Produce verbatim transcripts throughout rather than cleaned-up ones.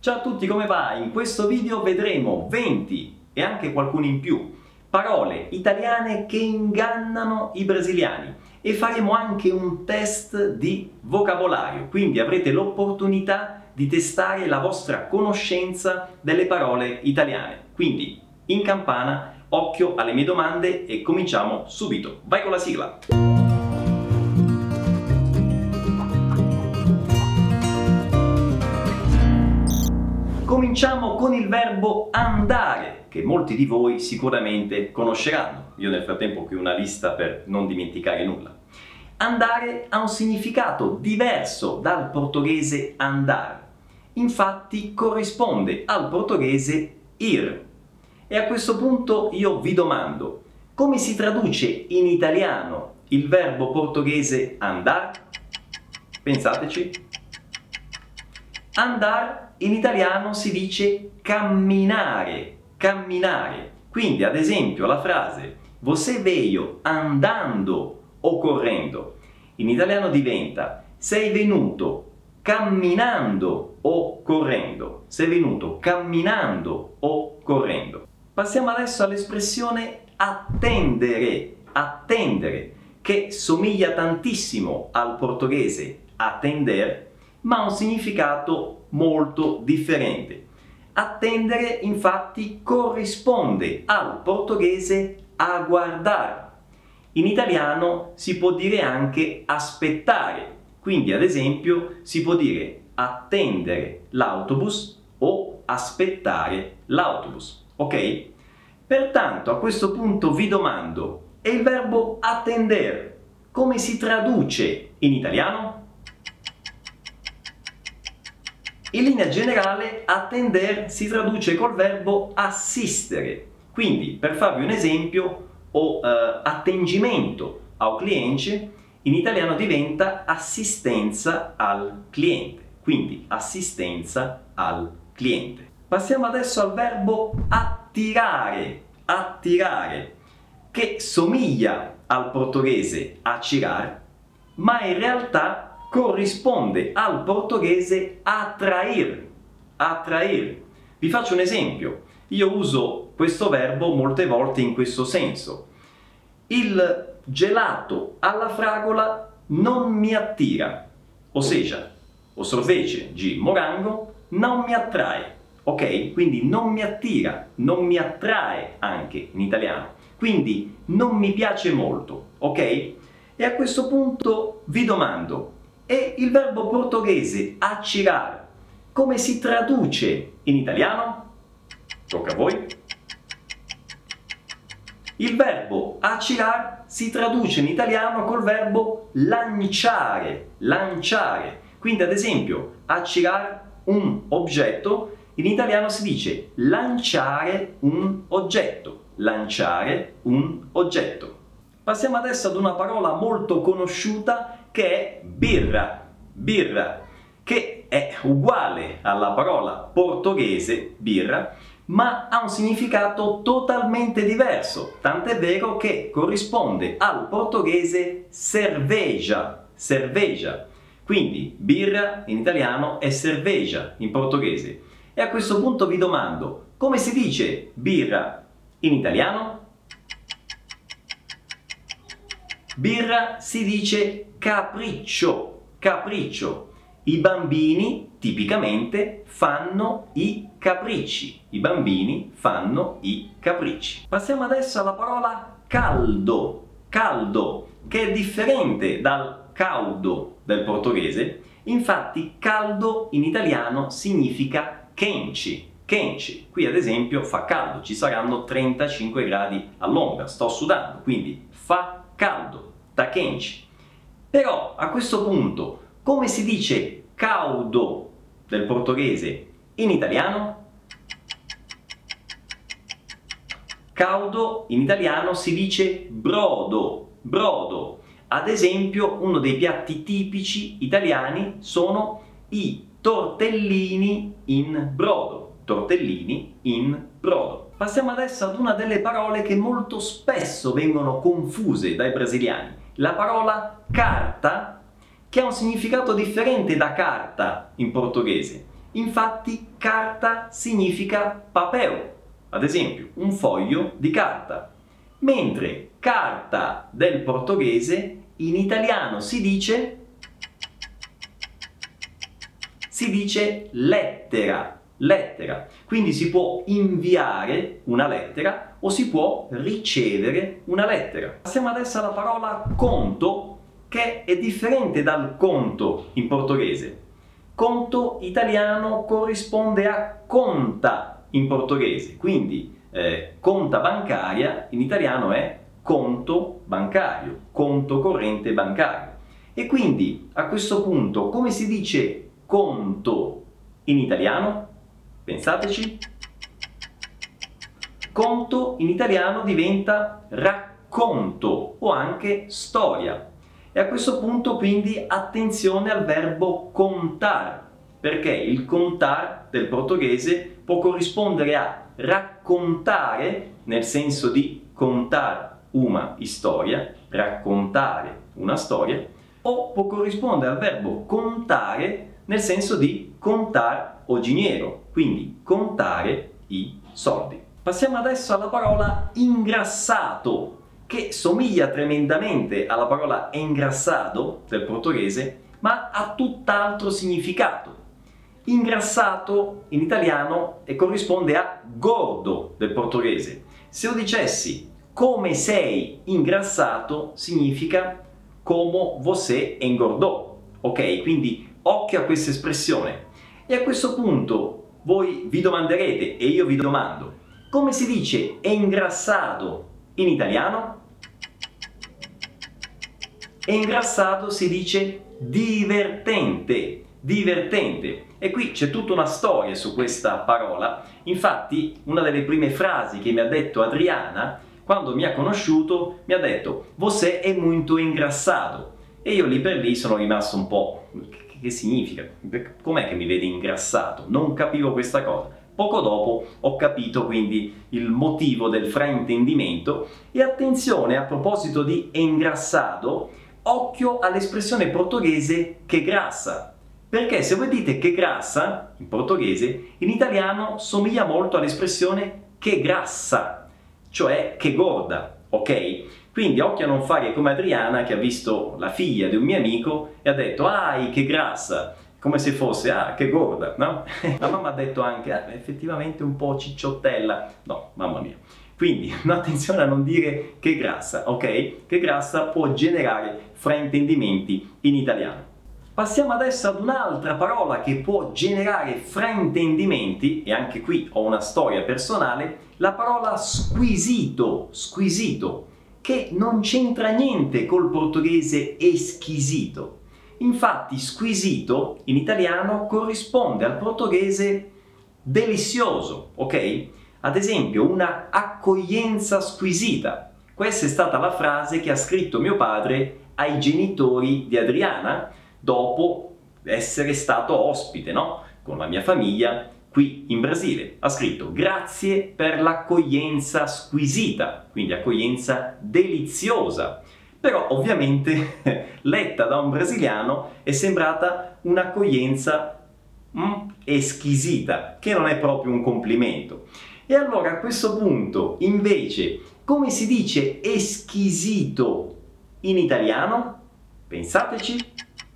Ciao a tutti, come va? In questo video vedremo venti e anche qualcune in più parole italiane che ingannano i brasiliani e faremo anche un test di vocabolario, quindi avrete l'opportunità di testare la vostra conoscenza delle parole italiane. Quindi in campana, occhio alle mie domande e cominciamo subito. Vai con la sigla! Cominciamo con il verbo andare, che molti di voi sicuramente conosceranno. Io nel frattempo ho qui una lista per non dimenticare nulla. Andare ha un significato diverso dal portoghese andare. Infatti corrisponde al portoghese ir. E a questo punto io vi domando, come si traduce in italiano il verbo portoghese andar? Pensateci. Andar in italiano si dice camminare, camminare. Quindi ad esempio la frase você veio andando o correndo in italiano diventa sei venuto camminando o correndo. Sei venuto camminando o correndo. Passiamo adesso all'espressione attendere, attendere, che somiglia tantissimo al portoghese attender, ma ha un significato molto differente. Attendere infatti corrisponde al portoghese aguardar. In italiano si può dire anche aspettare, quindi ad esempio si può dire attendere l'autobus o aspettare l'autobus, ok? Pertanto a questo punto vi domando, e il verbo attender come si traduce in italiano? In linea generale, attender si traduce col verbo assistere. Quindi, per farvi un esempio, o eh, attingimento ao cliente, in italiano diventa assistenza al cliente. Quindi, assistenza al cliente. Passiamo adesso al verbo attirare, attirare, che somiglia al portoghese attirar, ma in realtà corrisponde al portoghese attrair, attrair. Vi faccio un esempio. Io uso questo verbo molte volte in questo senso. Il gelato alla fragola non mi attira, o seja, o sorvete de morango non mi attrae, ok? Quindi non mi attira, non mi attrae anche in italiano. Quindi non mi piace molto, ok? E a questo punto vi domando, e il verbo portoghese attirar come si traduce in italiano? Tocca a voi. Il verbo attirar si traduce in italiano col verbo lanciare, lanciare. Quindi ad esempio attirar un oggetto, in italiano si dice lanciare un oggetto, lanciare un oggetto. Passiamo adesso ad una parola molto conosciuta che è birra, birra, che è uguale alla parola portoghese birra, ma ha un significato totalmente diverso, tant'è vero che corrisponde al portoghese cerveja, cerveja. Quindi birra in italiano è cerveja in portoghese. E a questo punto vi domando, come si dice birra in italiano? Birra si dice capriccio, capriccio. I bambini tipicamente fanno i capricci. I bambini fanno i capricci. Passiamo adesso alla parola caldo, caldo, che è differente dal caldo del portoghese. Infatti caldo in italiano significa quente, quente. Qui ad esempio fa caldo, ci saranno trentacinque gradi all'ombra, sto sudando, quindi fa caldo, da quente. Però a questo punto, come si dice caldo del portoghese in italiano? Caldo in italiano si dice brodo, brodo. Ad esempio, uno dei piatti tipici italiani sono i tortellini in brodo, tortellini in brodo. Passiamo adesso ad una delle parole che molto spesso vengono confuse dai brasiliani. La parola carta, che ha un significato differente da carta in portoghese. Infatti carta significa papel, ad esempio un foglio di carta, mentre carta del portoghese in italiano si dice si dice lettera, lettera. Quindi si può inviare una lettera o si può ricevere una lettera. Passiamo adesso alla parola conto, che è differente dal conto in portoghese. Conto italiano corrisponde a conta in portoghese, quindi eh, conta bancaria in italiano è conto bancario, conto corrente bancario. E quindi a questo punto come si dice conto in italiano? Pensateci. Conto in italiano diventa racconto o anche storia. E a questo punto quindi attenzione al verbo contar, perché il contar del portoghese può corrispondere a raccontare, nel senso di contare una storia, raccontare una storia, o può corrispondere al verbo contare nel senso di contar o dinheiro, quindi contare i soldi. Passiamo adesso alla parola ingrassato, che somiglia tremendamente alla parola engrassado del portoghese, ma ha tutt'altro significato. Ingrassato in italiano corrisponde a gordo del portoghese. Se io dicessi come sei ingrassato, significa como você engordou, ok? Quindi occhio a questa espressione. E a questo punto voi vi domanderete, e io vi domando, come si dice engrassado in italiano? Engrassato si dice divertente, divertente. E qui c'è tutta una storia su questa parola. Infatti, una delle prime frasi che mi ha detto Adriana, quando mi ha conosciuto, mi ha detto «Você è molto ingrassato». E io lì per lì sono rimasto un po'... Che significa? Com'è che mi vede ingrassato? Non capivo questa cosa. Poco dopo ho capito quindi il motivo del fraintendimento. E attenzione, a proposito di engrassado, occhio all'espressione portoghese che grassa. Perché se voi dite che grassa, in portoghese, in italiano somiglia molto all'espressione che grassa, cioè che gorda, ok? Quindi occhio a non fare come Adriana, che ha visto la figlia di un mio amico e ha detto «Ai, che grassa!» come se fosse «Ah, che gorda!» no? La mamma ha detto anche ah, «Effettivamente un po' cicciottella!» No, mamma mia. Quindi attenzione a non dire che grassa, ok? Che grassa può generare fraintendimenti in italiano. Passiamo adesso ad un'altra parola che può generare fraintendimenti, e anche qui ho una storia personale, la parola squisito, squisito, che non c'entra niente col portoghese esquisito. Infatti squisito in italiano corrisponde al portoghese delizioso, ok? Ad esempio una accoglienza squisita. Questa è stata la frase che ha scritto mio padre ai genitori di Adriana dopo essere stato ospite, no? Con la mia famiglia qui in Brasile. Ha scritto «Grazie per l'accoglienza squisita», quindi accoglienza deliziosa. Però ovviamente letta da un brasiliano è sembrata un'accoglienza mm, esquisita, che non è proprio un complimento. E allora a questo punto, invece, come si dice esquisito in italiano? Pensateci.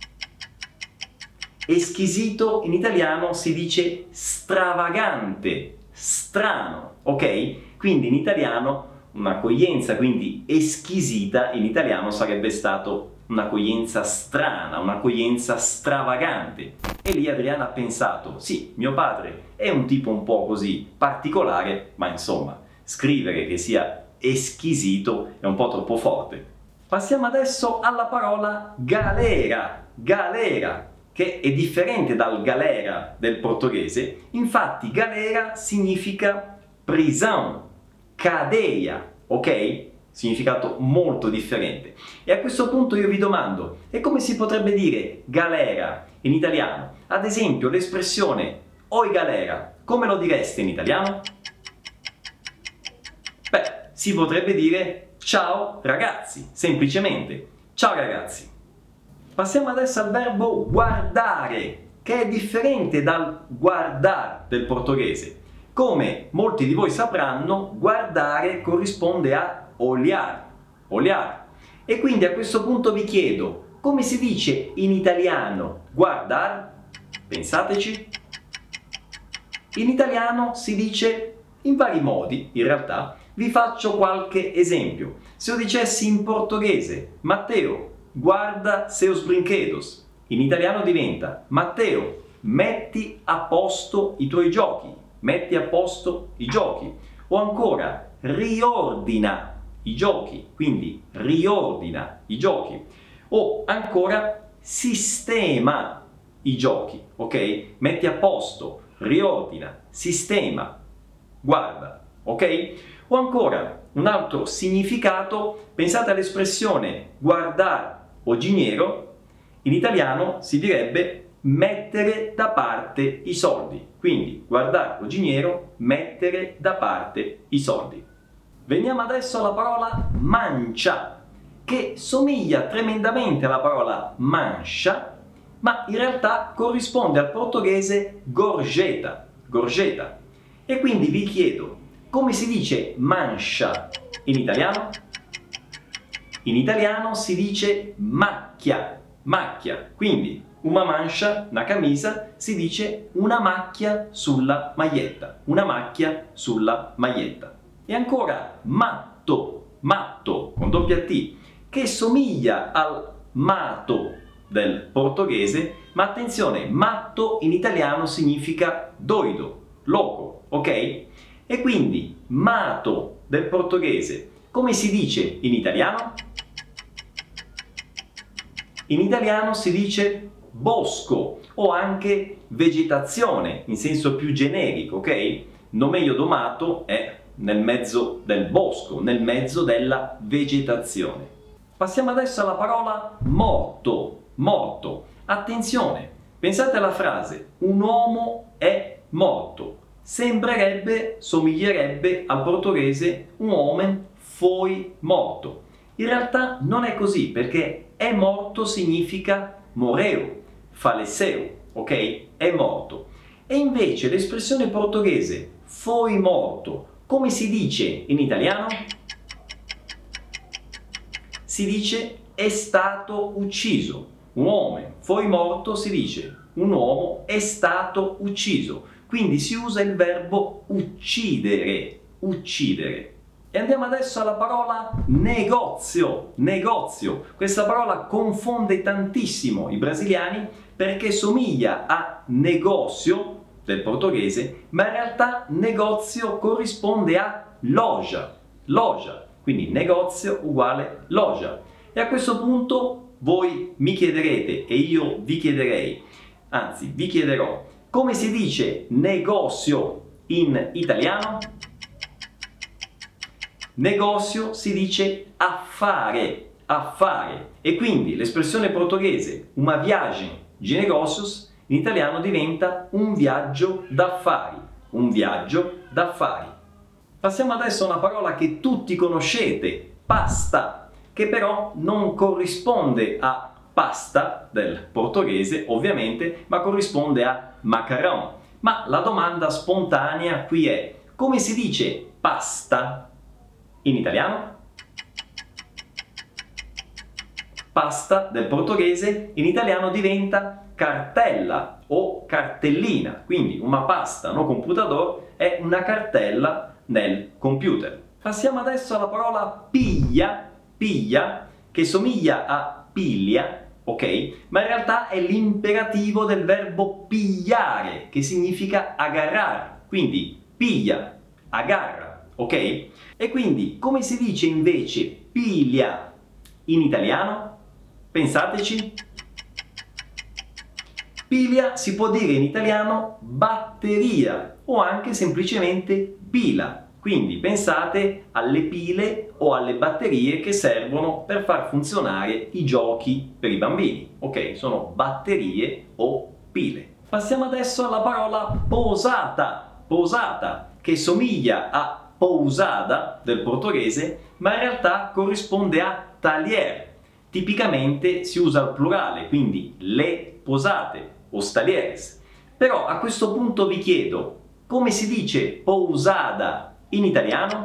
Esquisito in italiano si dice stravagante, strano, ok? Quindi in italiano un'accoglienza, quindi esquisita, in italiano sarebbe stato un'accoglienza strana, un'accoglienza stravagante. E lì Adriana ha pensato, sì, mio padre è un tipo un po' così particolare, ma insomma, scrivere che sia esquisito è un po' troppo forte. Passiamo adesso alla parola galera, galera, che è differente dal galera del portoghese. Infatti galera significa prisão, cadeia, ok? Significato molto differente. E a questo punto io vi domando, e come si potrebbe dire galera in italiano? Ad esempio l'espressione oi galera, come lo direste in italiano? Beh, si potrebbe dire ciao ragazzi, semplicemente. Ciao ragazzi. Passiamo adesso al verbo guardare, che è differente dal guardare del portoghese. Come molti di voi sapranno, guardare corrisponde a olhar, olhar. E quindi a questo punto vi chiedo, come si dice in italiano guardar? Pensateci. In italiano si dice in vari modi, in realtà. Vi faccio qualche esempio. Se io dicessi in portoghese, Matteo, guarda seus brinquedos, in italiano diventa, Matteo, metti a posto i tuoi giochi, metti a posto i giochi. O ancora, riordina i giochi, quindi riordina i giochi. O ancora, sistema i giochi, ok? Metti a posto, riordina, sistema, guarda, ok? O ancora, un altro significato, pensate all'espressione guardar o dinero, in italiano si direbbe mettere da parte i soldi. Quindi, guardar o dinero, mettere da parte i soldi. Veniamo adesso alla parola mancia, che somiglia tremendamente alla parola mancia, ma in realtà corrisponde al portoghese gorjeta, gorjeta. E quindi vi chiedo, come si dice mancia in italiano? In italiano si dice macchia, macchia. Quindi una mancia, una camisa, si dice una macchia sulla maglietta, una macchia sulla maglietta. E ancora matto, matto con doppia T, che somiglia al mato del portoghese, ma attenzione, matto in italiano significa doido, loco, ok? E quindi mato del portoghese, come si dice in italiano? In italiano si dice bosco o anche vegetazione in senso più generico, ok? Nomeio do mato è nel mezzo del bosco, nel mezzo della vegetazione. Passiamo adesso alla parola morto, morto. Attenzione, pensate alla frase un uomo è morto. Sembrerebbe, somiglierebbe al portoghese un homem foi morto. In realtà non è così, perché è morto significa moreu, faleceu, ok? È morto. E invece l'espressione portoghese foi morto, come si dice in italiano? Si dice è stato ucciso. Un uomo foi morto si dice un uomo è stato ucciso. Quindi si usa il verbo uccidere, uccidere. E andiamo adesso alla parola negozio, negozio. Questa parola confonde tantissimo i brasiliani perché somiglia a negozio del portoghese, ma in realtà negozio corrisponde a loja, loja. Quindi negozio uguale loja. E a questo punto voi mi chiederete e io vi chiederei, anzi vi chiederò, come si dice negozio in italiano? Negozio si dice affare, affare. E quindi l'espressione portoghese uma viagem de negócios in italiano diventa un viaggio d'affari, un viaggio d'affari. Passiamo adesso a una parola che tutti conoscete, pasta, che però non corrisponde a pasta del portoghese, ovviamente, ma corrisponde a macarrão. Ma la domanda spontanea qui è: come si dice pasta in italiano? Pasta del portoghese in italiano diventa cartella o cartellina, quindi una pasta no computador è una cartella nel computer. Passiamo adesso alla parola piglia, piglia, che somiglia a piglia, ok? Ma in realtà è l'imperativo del verbo pigliare, che significa agarrar, quindi piglia, agarra, ok? E quindi come si dice invece piglia in italiano? Pensateci. Piglia si può dire in italiano batteria o anche semplicemente pila. Quindi pensate alle pile o alle batterie che servono per far funzionare i giochi per i bambini. Ok, sono batterie o pile. Passiamo adesso alla parola posata, posata, che somiglia a pousada del portoghese, ma in realtà corrisponde a talier. Tipicamente si usa il plurale, quindi le posate, hostalieres. Però a questo punto vi chiedo, come si dice pousada in italiano?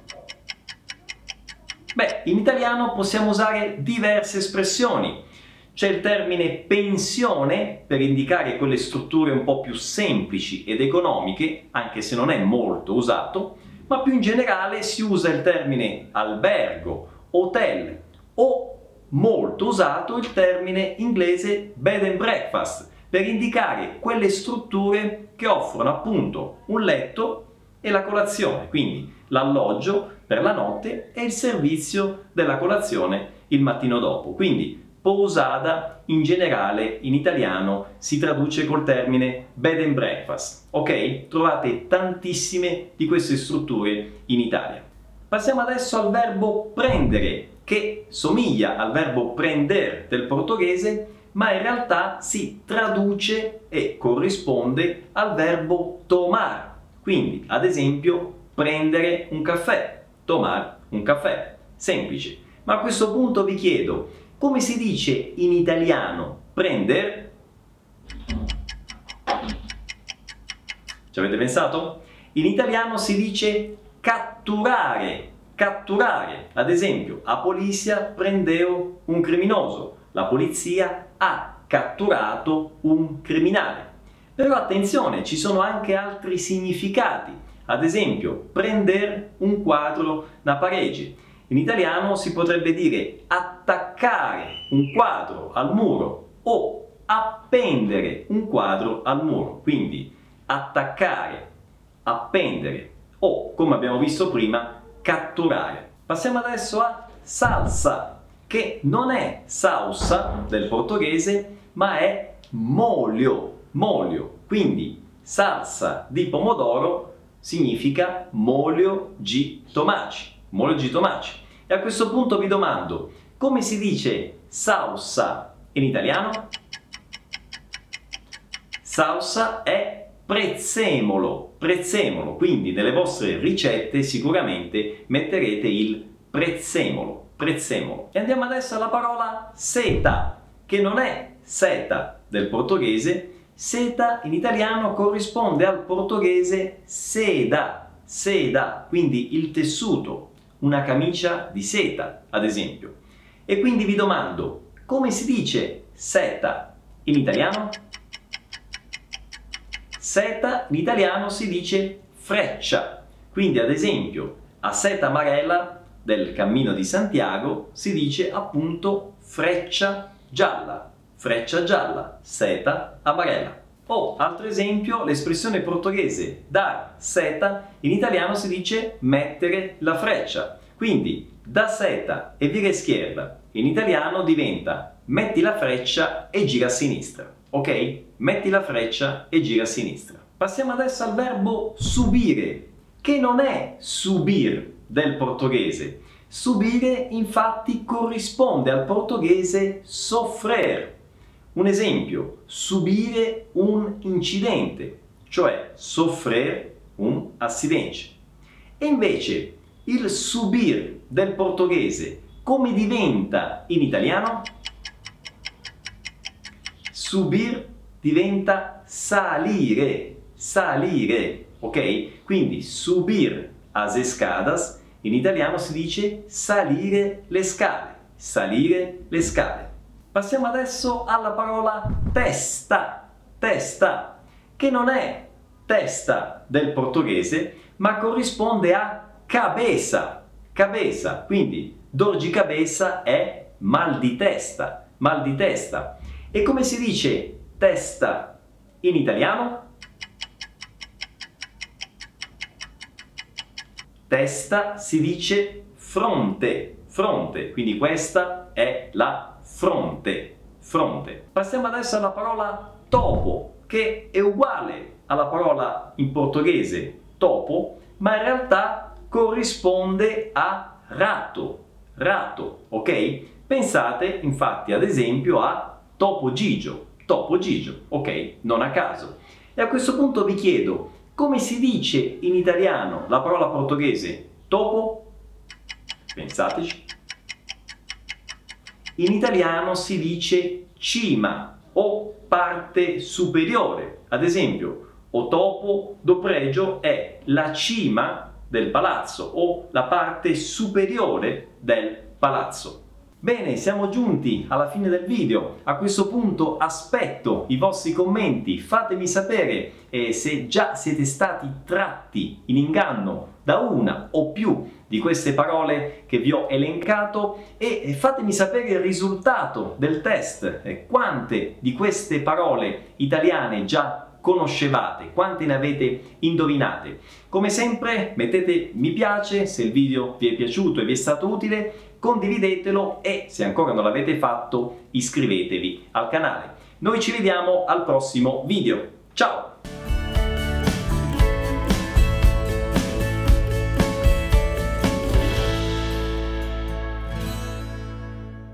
Beh, in italiano possiamo usare diverse espressioni. C'è il termine pensione per indicare quelle strutture un po' più semplici ed economiche, anche se non è molto usato, ma più in generale si usa il termine albergo, hotel o, molto usato, il termine inglese bed and breakfast per indicare quelle strutture che offrono appunto un letto e la colazione, quindi l'alloggio per la notte e il servizio della colazione il mattino dopo. Quindi pousada in generale in italiano si traduce col termine bed and breakfast, ok? Trovate tantissime di queste strutture in Italia. Passiamo adesso al verbo prendere, che somiglia al verbo prender del portoghese, ma in realtà si traduce e corrisponde al verbo tomar. Quindi, ad esempio, prendere un caffè, tomar un caffè, semplice. Ma a questo punto vi chiedo, come si dice in italiano prender? Ci avete pensato? In italiano si dice catturare, catturare. Ad esempio, a polizia prendeu un criminoso. La polizia ha catturato un criminale. Però attenzione, ci sono anche altri significati. Ad esempio, prender un quadro na parede. In italiano si potrebbe dire attaccare un quadro al muro o appendere un quadro al muro. Quindi attaccare, appendere o, come abbiamo visto prima, catturare. Passiamo adesso a salsa, che non è salsa del portoghese, ma è molio, molio. Quindi salsa di pomodoro significa molio di tomate. Molio di tomate. E a questo punto vi domando, come si dice salsa in italiano? Salsa è prezzemolo, prezzemolo, quindi nelle vostre ricette sicuramente metterete il prezzemolo, prezzemolo. E andiamo adesso alla parola seta, che non è seta del portoghese. Seta in italiano corrisponde al portoghese seda, seda, quindi il tessuto, una camicia di seta, ad esempio. E quindi vi domando, come si dice seta in italiano? Seta in italiano si dice freccia. Quindi, ad esempio, a seta amarella del Cammino di Santiago si dice appunto freccia gialla, freccia gialla, seta amarella. O, altro esempio, l'espressione portoghese dar seta, in italiano si dice mettere la freccia. Quindi, da seta e vira izquierda, in italiano diventa metti la freccia e gira a sinistra. Ok? Metti la freccia e gira a sinistra. Passiamo adesso al verbo subire, che non è subir del portoghese. Subire, infatti, corrisponde al portoghese soffrer. Un esempio, subire un incidente, cioè soffrire un accidente. E invece il subir del portoghese come diventa in italiano? Subir diventa salire, salire, ok? Quindi subir as escadas, in italiano si dice salire le scale, salire le scale. Passiamo adesso alla parola testa, testa, che non è testa del portoghese, ma corrisponde a cabeça, cabeça. Quindi dor di cabeça è mal di testa, mal di testa. E come si dice testa in italiano? Testa si dice fronte, fronte. Quindi questa è la fronte, fronte. Passiamo adesso alla parola topo, che è uguale alla parola in portoghese topo, ma in realtà corrisponde a rato, rato, ok? Pensate infatti ad esempio a Topo Gigio, Topo Gigio, ok? Non a caso. E a questo punto vi chiedo, come si dice in italiano la parola portoghese topo? Pensateci. In italiano si dice cima, o parte superiore. Ad esempio, o topo do pregio è la cima del palazzo o la parte superiore del palazzo. Bene, siamo giunti alla fine del video. A questo punto aspetto i vostri commenti, fatemi sapere eh, se già siete stati tratti in inganno da una o più di queste parole che vi ho elencato e fatemi sapere il risultato del test, eh, quante di queste parole italiane già conoscevate, quante ne avete indovinate. Come sempre mettete mi piace se il video vi è piaciuto e vi è stato utile, condividetelo e se ancora non l'avete fatto iscrivetevi al canale. Noi ci vediamo al prossimo video. Ciao!